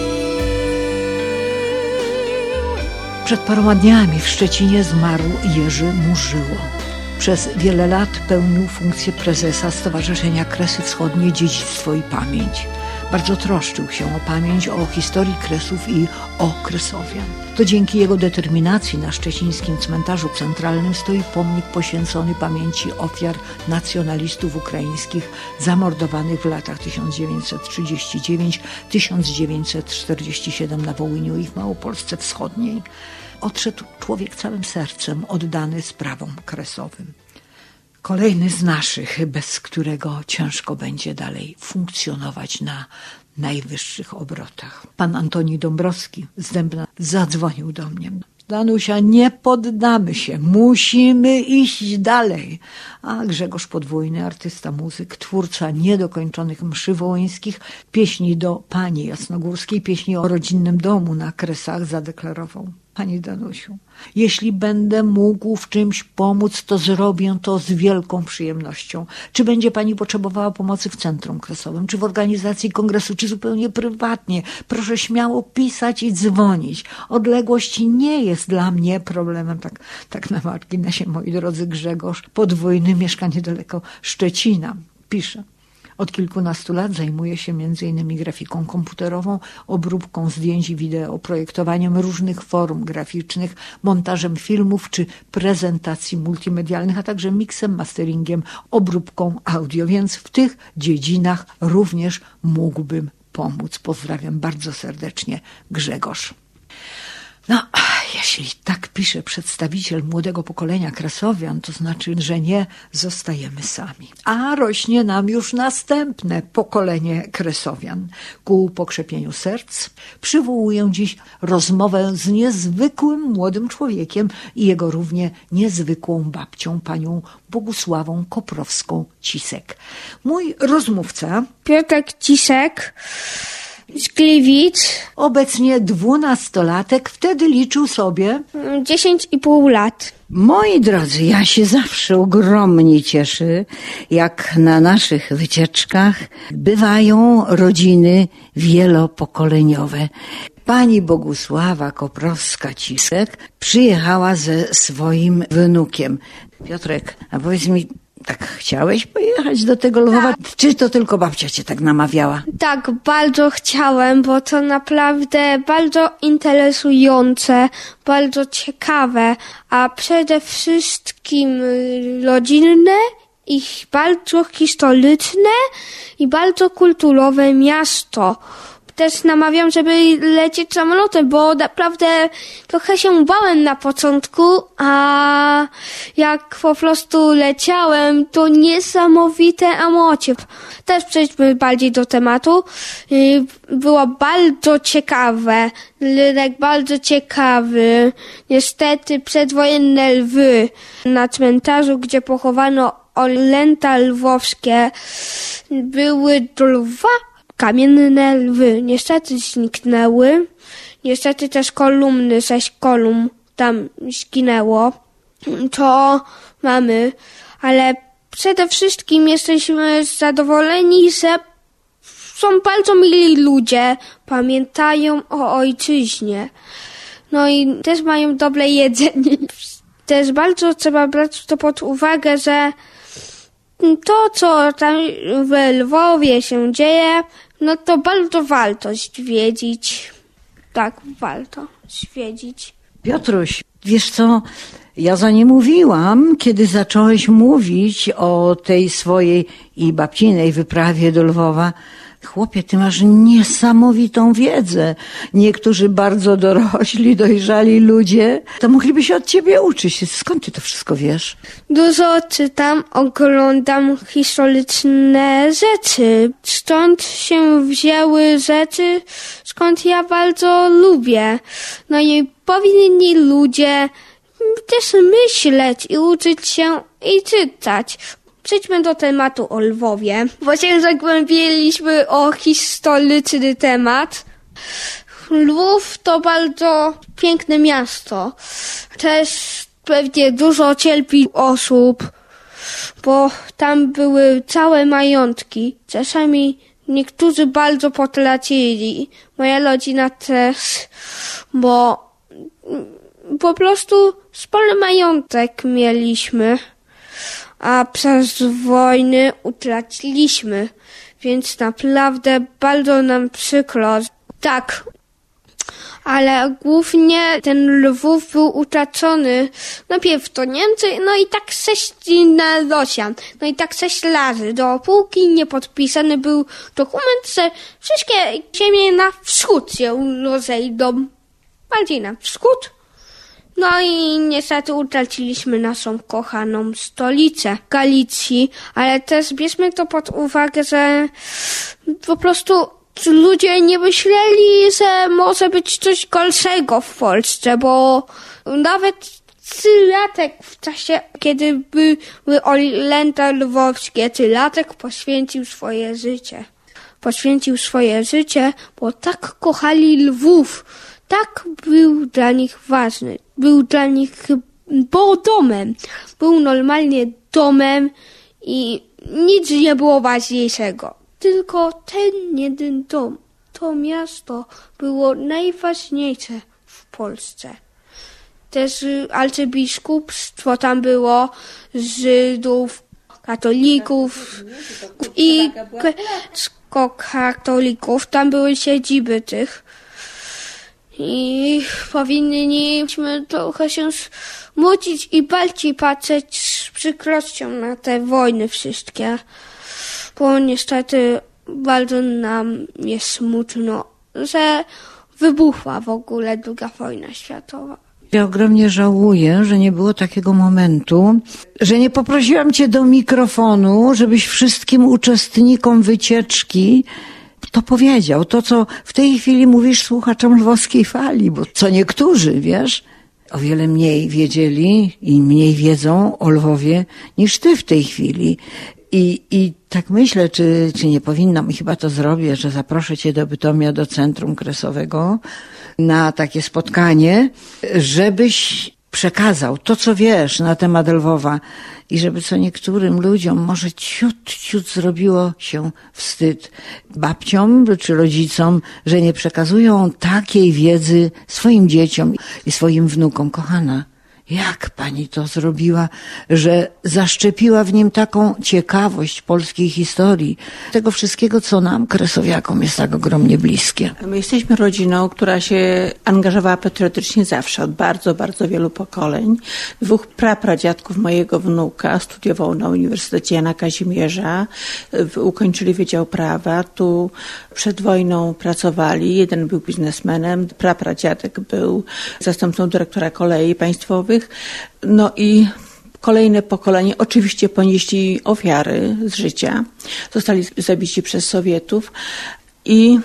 Przed paroma dniami w Szczecinie zmarł Jerzy Murzyło. Przez wiele lat pełnił funkcję prezesa Stowarzyszenia Kresy Wschodnie Dziedzictwo i Pamięć. Bardzo troszczył się o pamięć, o historii Kresów i o Kresowian. To dzięki jego determinacji na szczecińskim cmentarzu centralnym stoi pomnik poświęcony pamięci ofiar nacjonalistów ukraińskich zamordowanych w latach tysiąc dziewięćset trzydziestym dziewiątym do tysiąc dziewięćset czterdziestego siódmego na Wołyniu i w Małopolsce Wschodniej. Odszedł człowiek całym sercem oddany sprawom kresowym. Kolejny z naszych, bez którego ciężko będzie dalej funkcjonować na najwyższych obrotach. Pan Antoni Dąbrowski z Dębna zadzwonił do mnie. Danusia, nie poddamy się, musimy iść dalej. A Grzegorz Podwójny, artysta, muzyk, twórca niedokończonych mszy wołyńskich, pieśni do Pani Jasnogórskiej, pieśni o rodzinnym domu na Kresach zadeklarował: Pani Danusiu, jeśli będę mógł w czymś pomóc, to zrobię to z wielką przyjemnością. Czy będzie Pani potrzebowała pomocy w Centrum Kresowym, czy w organizacji kongresu, czy zupełnie prywatnie, proszę śmiało pisać i dzwonić. Odległość nie jest dla mnie problemem. Tak, tak na marginesie, moi drodzy, Grzegorz Podwójny mieszka niedaleko Szczecina. Pisze: od kilkunastu lat zajmuję się między innymi grafiką komputerową, obróbką zdjęć i wideo, projektowaniem różnych form graficznych, montażem filmów czy prezentacji multimedialnych, a także miksem, masteringiem, obróbką audio, więc w tych dziedzinach również mógłbym pomóc. Pozdrawiam bardzo serdecznie, Grzegorz. No, Jeśli tak pisze przedstawiciel młodego pokolenia Kresowian, to znaczy, że nie zostajemy sami. A rośnie nam już następne pokolenie Kresowian. Ku pokrzepieniu serc przywołuję dziś rozmowę z niezwykłym młodym człowiekiem i jego równie niezwykłą babcią, panią Bogusławą Koprowską-Cisek. Mój rozmówca Piotrek Cisek z Gliwic. Obecnie dwunastolatek, wtedy liczył sobie dziesięć i pół lat. Moi drodzy, ja się zawsze ogromnie cieszę, jak na naszych wycieczkach bywają rodziny wielopokoleniowe. Pani Bogusława Koprowska-Cisek przyjechała ze swoim wnukiem. Piotrek, a powiedz mi, tak chciałeś pojechać do tego Lwowa? Czy to tylko babcia cię tak namawiała? Tak, bardzo chciałem, bo to naprawdę bardzo interesujące, bardzo ciekawe, a przede wszystkim rodzinne i bardzo historyczne i bardzo kulturowe miasto. Też namawiam, żeby lecieć samolotem, bo naprawdę trochę się bałem na początku, a jak po prostu leciałem, to niesamowite emocje. Też przejdźmy bardziej do tematu. Było bardzo ciekawe, Lyrek bardzo ciekawy. Niestety przedwojenne lwy na cmentarzu, gdzie pochowano orlęta lwowskie, były do lwa. Kamienne lwy niestety zniknęły. Niestety też kolumny, sześć kolumn tam zginęło. To mamy, ale przede wszystkim jesteśmy zadowoleni, że są bardzo mili ludzie, pamiętają o ojczyźnie. No i też mają dobre jedzenie. Też bardzo trzeba brać to pod uwagę, że to, co tam w Lwowie się dzieje, no to bardzo warto zwiedzić. Tak, warto zwiedzić. Piotruś, wiesz co, ja za nie mówiłam, kiedy zacząłeś mówić o tej swojej i babcinej wyprawie do Lwowa. Chłopie, ty masz niesamowitą wiedzę. Niektórzy bardzo dorośli, dojrzali ludzie, to mogliby się od ciebie uczyć. Skąd ty to wszystko wiesz? Dużo czytam, oglądam historyczne rzeczy. Stąd się wzięły rzeczy, skąd ja bardzo lubię. No i powinni ludzie też myśleć i uczyć się i czytać. Przejdźmy do tematu o Lwowie, bo się zagłębiliśmy o historyczny temat. Lwów to bardzo piękne miasto. Też pewnie dużo cierpi osób, bo tam były całe majątki. Czasami niektórzy bardzo potracili. Moja rodzina też, bo po prostu spory majątek mieliśmy. A przez wojny utraciliśmy, więc naprawdę bardzo nam przykro. Tak, ale głównie ten Lwów był utracony. Najpierw to Niemcy, no i tak sześć na Rosjan, no i tak sześć razy. Dopóki nie podpisany był dokument, że wszystkie ziemie na wschód się rozejdą, bardziej na wschód. No i niestety utraciliśmy naszą kochaną stolicę Galicji, ale też bierzmy to pod uwagę, że po prostu ludzie nie myśleli, że może być coś gorszego w Polsce, bo nawet Cylatek w czasie, kiedy były orlęta lwowskie, Cylatek poświęcił swoje życie. Poświęcił swoje życie, bo tak kochali Lwów. Tak był dla nich ważny. Był dla nich bo domem. Był normalnie domem i nic nie było ważniejszego. Tylko ten jeden dom, to miasto było najważniejsze w Polsce. Też arcybiskupstwo tam było, Żydów, katolików i katolików. Tam były siedziby tych. I powinniśmy trochę się smucić i bardziej patrzeć z przykrością na te wojny wszystkie, bo niestety bardzo nam jest smutno, że wybuchła w ogóle druga wojna światowa. Ja ogromnie żałuję, że nie było takiego momentu, że nie poprosiłam cię do mikrofonu, żebyś wszystkim uczestnikom wycieczki to powiedział. To, co w tej chwili mówisz słuchaczom Lwowskiej Fali, bo co niektórzy, wiesz, o wiele mniej wiedzieli i mniej wiedzą o Lwowie niż ty w tej chwili. I, i tak myślę, czy, czy nie powinnam, i chyba to zrobię, że zaproszę cię do Bytomia, do Centrum Kresowego na takie spotkanie, żebyś przekazał to, co wiesz na temat Lwowa i żeby co niektórym ludziom może ciut, ciut zrobiło się wstyd babciom czy rodzicom, że nie przekazują takiej wiedzy swoim dzieciom i swoim wnukom. Kochana, jak pani to zrobiła, że zaszczepiła w nim taką ciekawość polskiej historii, tego wszystkiego, co nam, kresowiakom, jest tak ogromnie bliskie. My jesteśmy rodziną, która się angażowała patriotycznie zawsze, od bardzo, bardzo wielu pokoleń. Dwóch prapradziadków mojego wnuka studiowało na Uniwersytecie Jana Kazimierza, ukończyli Wydział Prawa, tu przed wojną pracowali, jeden był biznesmenem, prapradziadek był zastępcą dyrektora kolei państwowych. No i kolejne pokolenie oczywiście ponieśli ofiary z życia. Zostali zabici przez Sowietów i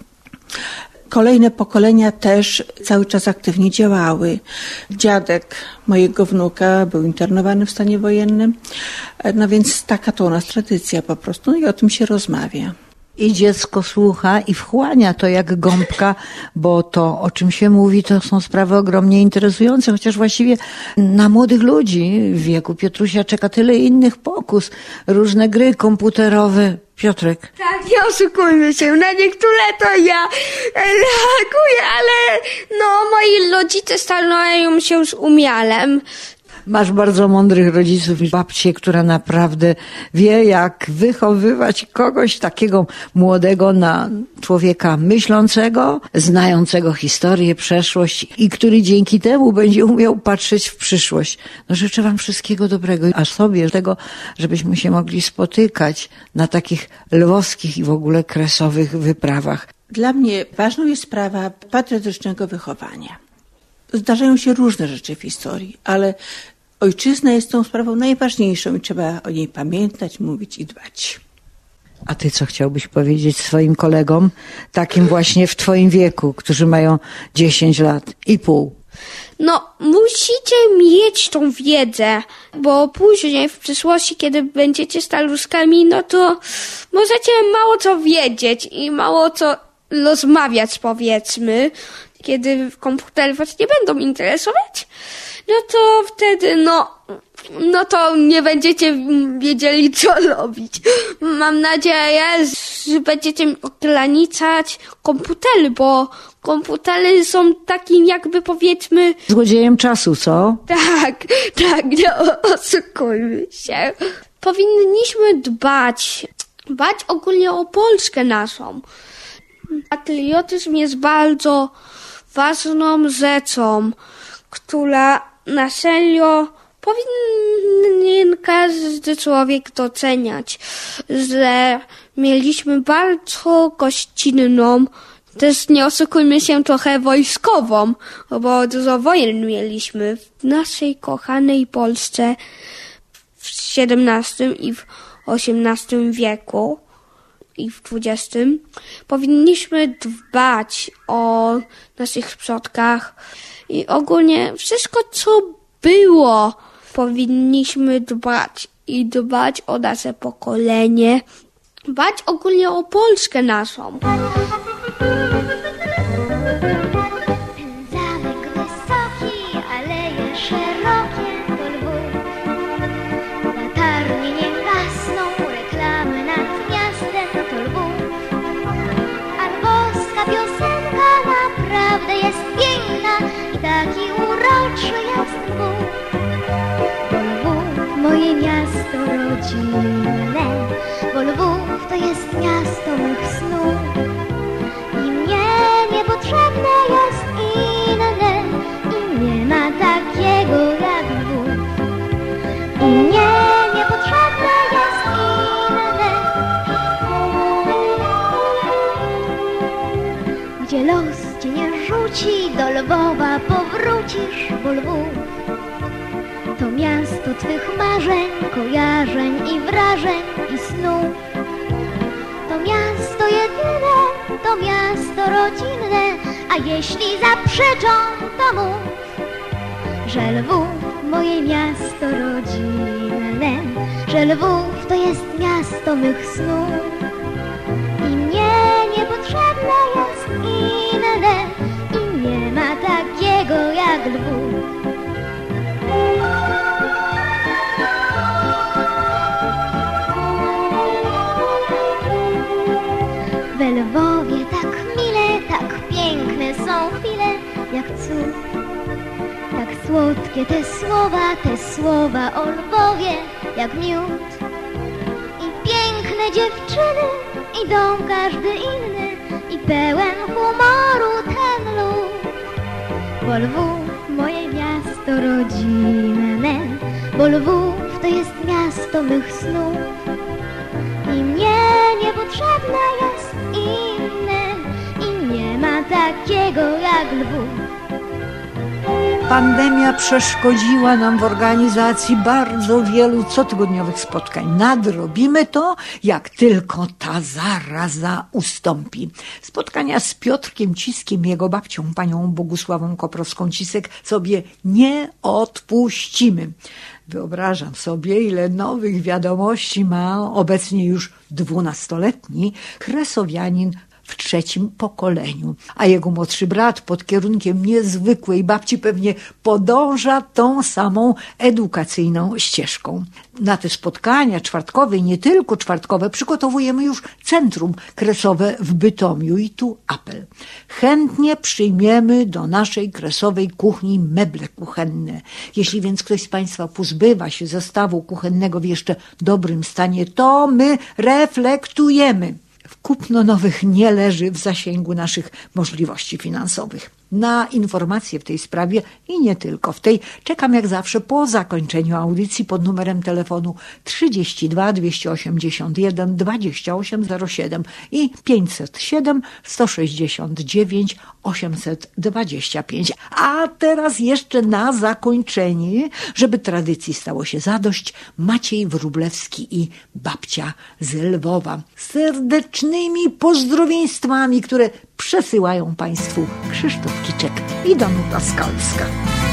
kolejne pokolenia też cały czas aktywnie działały. Dziadek mojego wnuka był internowany w stanie wojennym, no więc taka to u nas tradycja po prostu, no i o tym się rozmawia. I dziecko słucha i wchłania to jak gąbka, bo to, o czym się mówi, to są sprawy ogromnie interesujące, chociaż właściwie na młodych ludzi w wieku Piotrusia czeka tyle innych pokus, różne gry komputerowe. Piotrek. Tak, nie oszukujmy się, na niektóre to ja reaguję, ale no moi rodzice starają się z umiarem. Masz bardzo mądrych rodziców i babcię, która naprawdę wie, jak wychowywać kogoś takiego młodego na człowieka myślącego, znającego historię, przeszłość i który dzięki temu będzie umiał patrzeć w przyszłość. No życzę wam wszystkiego dobrego, a sobie tego, żebyśmy się mogli spotykać na takich lwowskich i w ogóle kresowych wyprawach. Dla mnie ważną jest sprawa patriotycznego wychowania. Zdarzają się różne rzeczy w historii, ale ojczyzna jest tą sprawą najważniejszą i trzeba o niej pamiętać, mówić i dbać. A ty co chciałbyś powiedzieć swoim kolegom, takim właśnie w twoim wieku, którzy mają dziesięć lat i pół? No, musicie mieć tą wiedzę, bo później w przyszłości, kiedy będziecie staruszkami, no to możecie mało co wiedzieć i mało co rozmawiać, powiedzmy. Kiedy komputery was nie będą interesować, no to wtedy, no, no to nie będziecie wiedzieli, co robić. Mam nadzieję, że będziecie ograniczać komputery, bo komputery są takim jakby, powiedzmy... Złodziejem czasu, co? Tak, tak, nie oszukujmy się. Powinniśmy dbać, dbać ogólnie o Polskę naszą. Patriotyzm jest bardzo ważną rzeczą, która na serio powinien każdy człowiek doceniać, że mieliśmy bardzo gościnną, też nie oszukujmy się, trochę wojskową, bo dużo wojen mieliśmy w naszej kochanej Polsce w siedemnastym i w osiemnastym wieku. I w dwudziestym powinniśmy dbać o naszych przodkach i ogólnie wszystko, co było, powinniśmy dbać i dbać o nasze pokolenie, dbać ogólnie o Polskę naszą. Zamek wysoki, aleje szerokie do Lwów. Latarnie nie gasną, reklamy nad miastem to Lwów. A lwowska piosenka naprawdę jest piękna i taki uroczy jest Lwów. Bo Lwów, moje miasto rodzinne, bo Lwów to jest miasto mych snów. I mnie niepotrzebne jest inne, i nie ma takiego jak Lwów. I mnie niepotrzebne jest inne, gdzie los cię nie rzuci, do Lwowa powrócisz. bo Lwów to miasto twych marzeń, kojarzeń i wrażeń i snów. To miasto jedyne, to miasto rodzinne, a jeśli zaprzeczą, to mów, że Lwów moje miasto rodzinne, że Lwów to jest miasto mych snów. I mnie niepotrzebne jest inne, i nie ma takiego jak Lwów. We Lwowie tak mile, tak piękne są chwile, jak cud. Tak słodkie te słowa, te słowa o Lwowie, jak miód. I piękne dziewczyny, i dom każdy inny, i pełen humoru ten lud. Bo Lwów moje miasto rodzinne, bo Lwów to jest miasto mych snów. I mnie niepotrzebne jest inne, i nie ma takiego jak Lwów. Pandemia przeszkodziła nam w organizacji bardzo wielu cotygodniowych spotkań. Nadrobimy to, jak tylko ta zaraza ustąpi. Spotkania z Piotrkiem Ciskiem i jego babcią, panią Bogusławą Koprowską-Cisek, sobie nie odpuścimy. Wyobrażam sobie, ile nowych wiadomości ma obecnie już dwunastoletni kresowianin w trzecim pokoleniu, a jego młodszy brat pod kierunkiem niezwykłej babci pewnie podąża tą samą edukacyjną ścieżką. Na te spotkania czwartkowe i nie tylko czwartkowe przygotowujemy już Centrum Kresowe w Bytomiu i tu apel. Chętnie przyjmiemy do naszej kresowej kuchni meble kuchenne. Jeśli więc ktoś z Państwa pozbywa się zestawu kuchennego w jeszcze dobrym stanie, to my reflektujemy. Kupno nowych nie leży w zasięgu naszych możliwości finansowych. Na informacje w tej sprawie i nie tylko w tej czekam jak zawsze po zakończeniu audycji pod numerem telefonu trzydzieści dwa dwieście osiemdziesiąt jeden dwadzieścia osiem zero siedem i pięćset siedem sto sześćdziesiąt dziewięć osiemset dwadzieścia pięć. A teraz jeszcze na zakończenie, żeby tradycji stało się zadość, Maciej Wróblewski i babcia z Lwowa. Serdecznymi pozdrowieństwami, które przesyłają Państwu Krzysztof Kiczek i Danuta Skalska.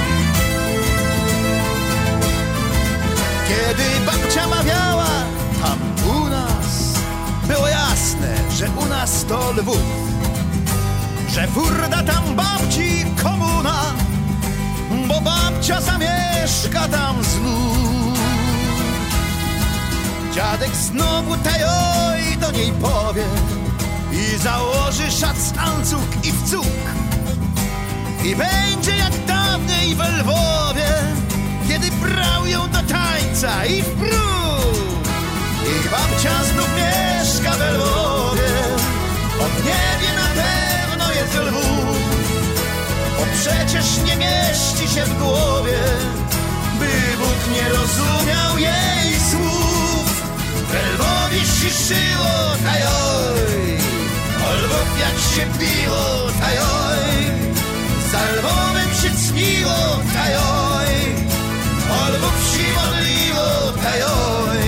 Kiedy babcia mawiała tam u nas, było jasne, że u nas to Lwów, że furda tam babci komuna, bo babcia zamieszka tam znów. Dziadek znowu tajoj do niej powie i założy szac, ancuk i wcuk. I będzie jak dawniej we Lwowie, kiedy brał ją do tańca i w próg. Ich babcia znów mieszka we Lwowie, od niebie na pewno jest Lwów. Bo przecież nie mieści się w głowie, by Bóg nie rozumiał jej słów. We Lwowie ściszyło tajoj, o Lwów jak się biło tajoj. Za Lwowem się cniło tajoj, o Lwów się modliło tajoj.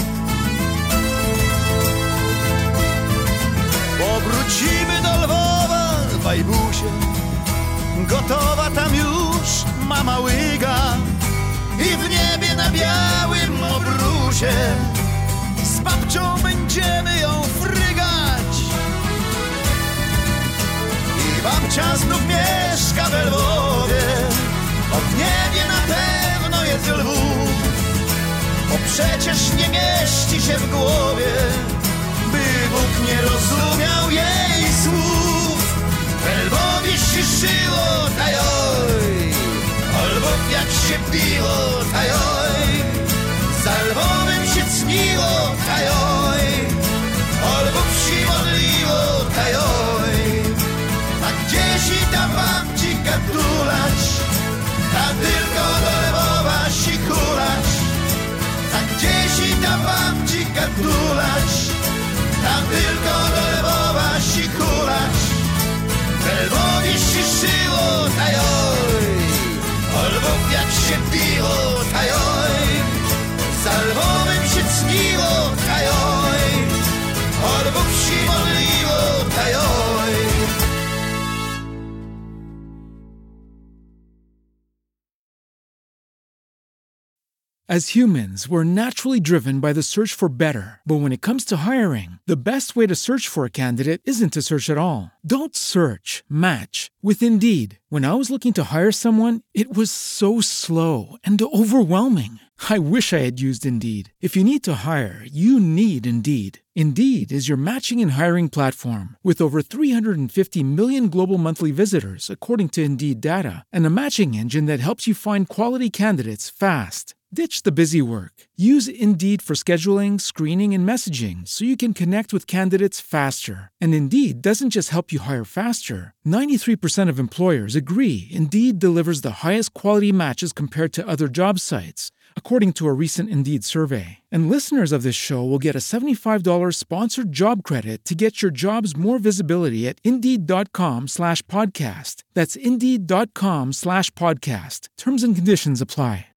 Powrócimy do Lwowa, bajbusie, gotowa tam już mama łyga. I w niebie na białym obrusie z babcią będziemy ją frygać. I babcia znów mieszka we Lwowie, od niebie na pewno jest Lwów. Bo przecież nie mieści się w głowie, by Bóg nie rozumiał jej słów. We Lwowie ściszyło tajoj, o Lwów jak się biło tajoj. Za Lwowem się cniło tajoj, o Lwów się modliło tajoj. Tak gdzieś i ta babci katulać, ta tylko do Lwowa się kulać. Tak gdzieś i ta babci katulać, ta tylko do Lwowa się kulać. We Lwowie ściszyło tajoj, o się piło, tajoj, z albumem się cniło, tajoj, albo wsi modliło, tajoj. As humans, we're naturally driven by the search for better. But when it comes to hiring, the best way to search for a candidate isn't to search at all. Don't search, match with Indeed. When I was looking to hire someone, it was so slow and overwhelming. I wish I had used Indeed. If you need to hire, you need Indeed. Indeed is your matching and hiring platform with over three hundred fifty million global monthly visitors, according to Indeed data, and a matching engine that helps you find quality candidates fast. Ditch the busy work. Use Indeed for scheduling, screening, and messaging so you can connect with candidates faster. And Indeed doesn't just help you hire faster. ninety-three percent of employers agree Indeed delivers the highest quality matches compared to other job sites, according to a recent Indeed survey. And listeners of this show will get a seventy-five dollars sponsored job credit to get your jobs more visibility at Indeed.com slash podcast. That's Indeed.com slash podcast. Terms and conditions apply.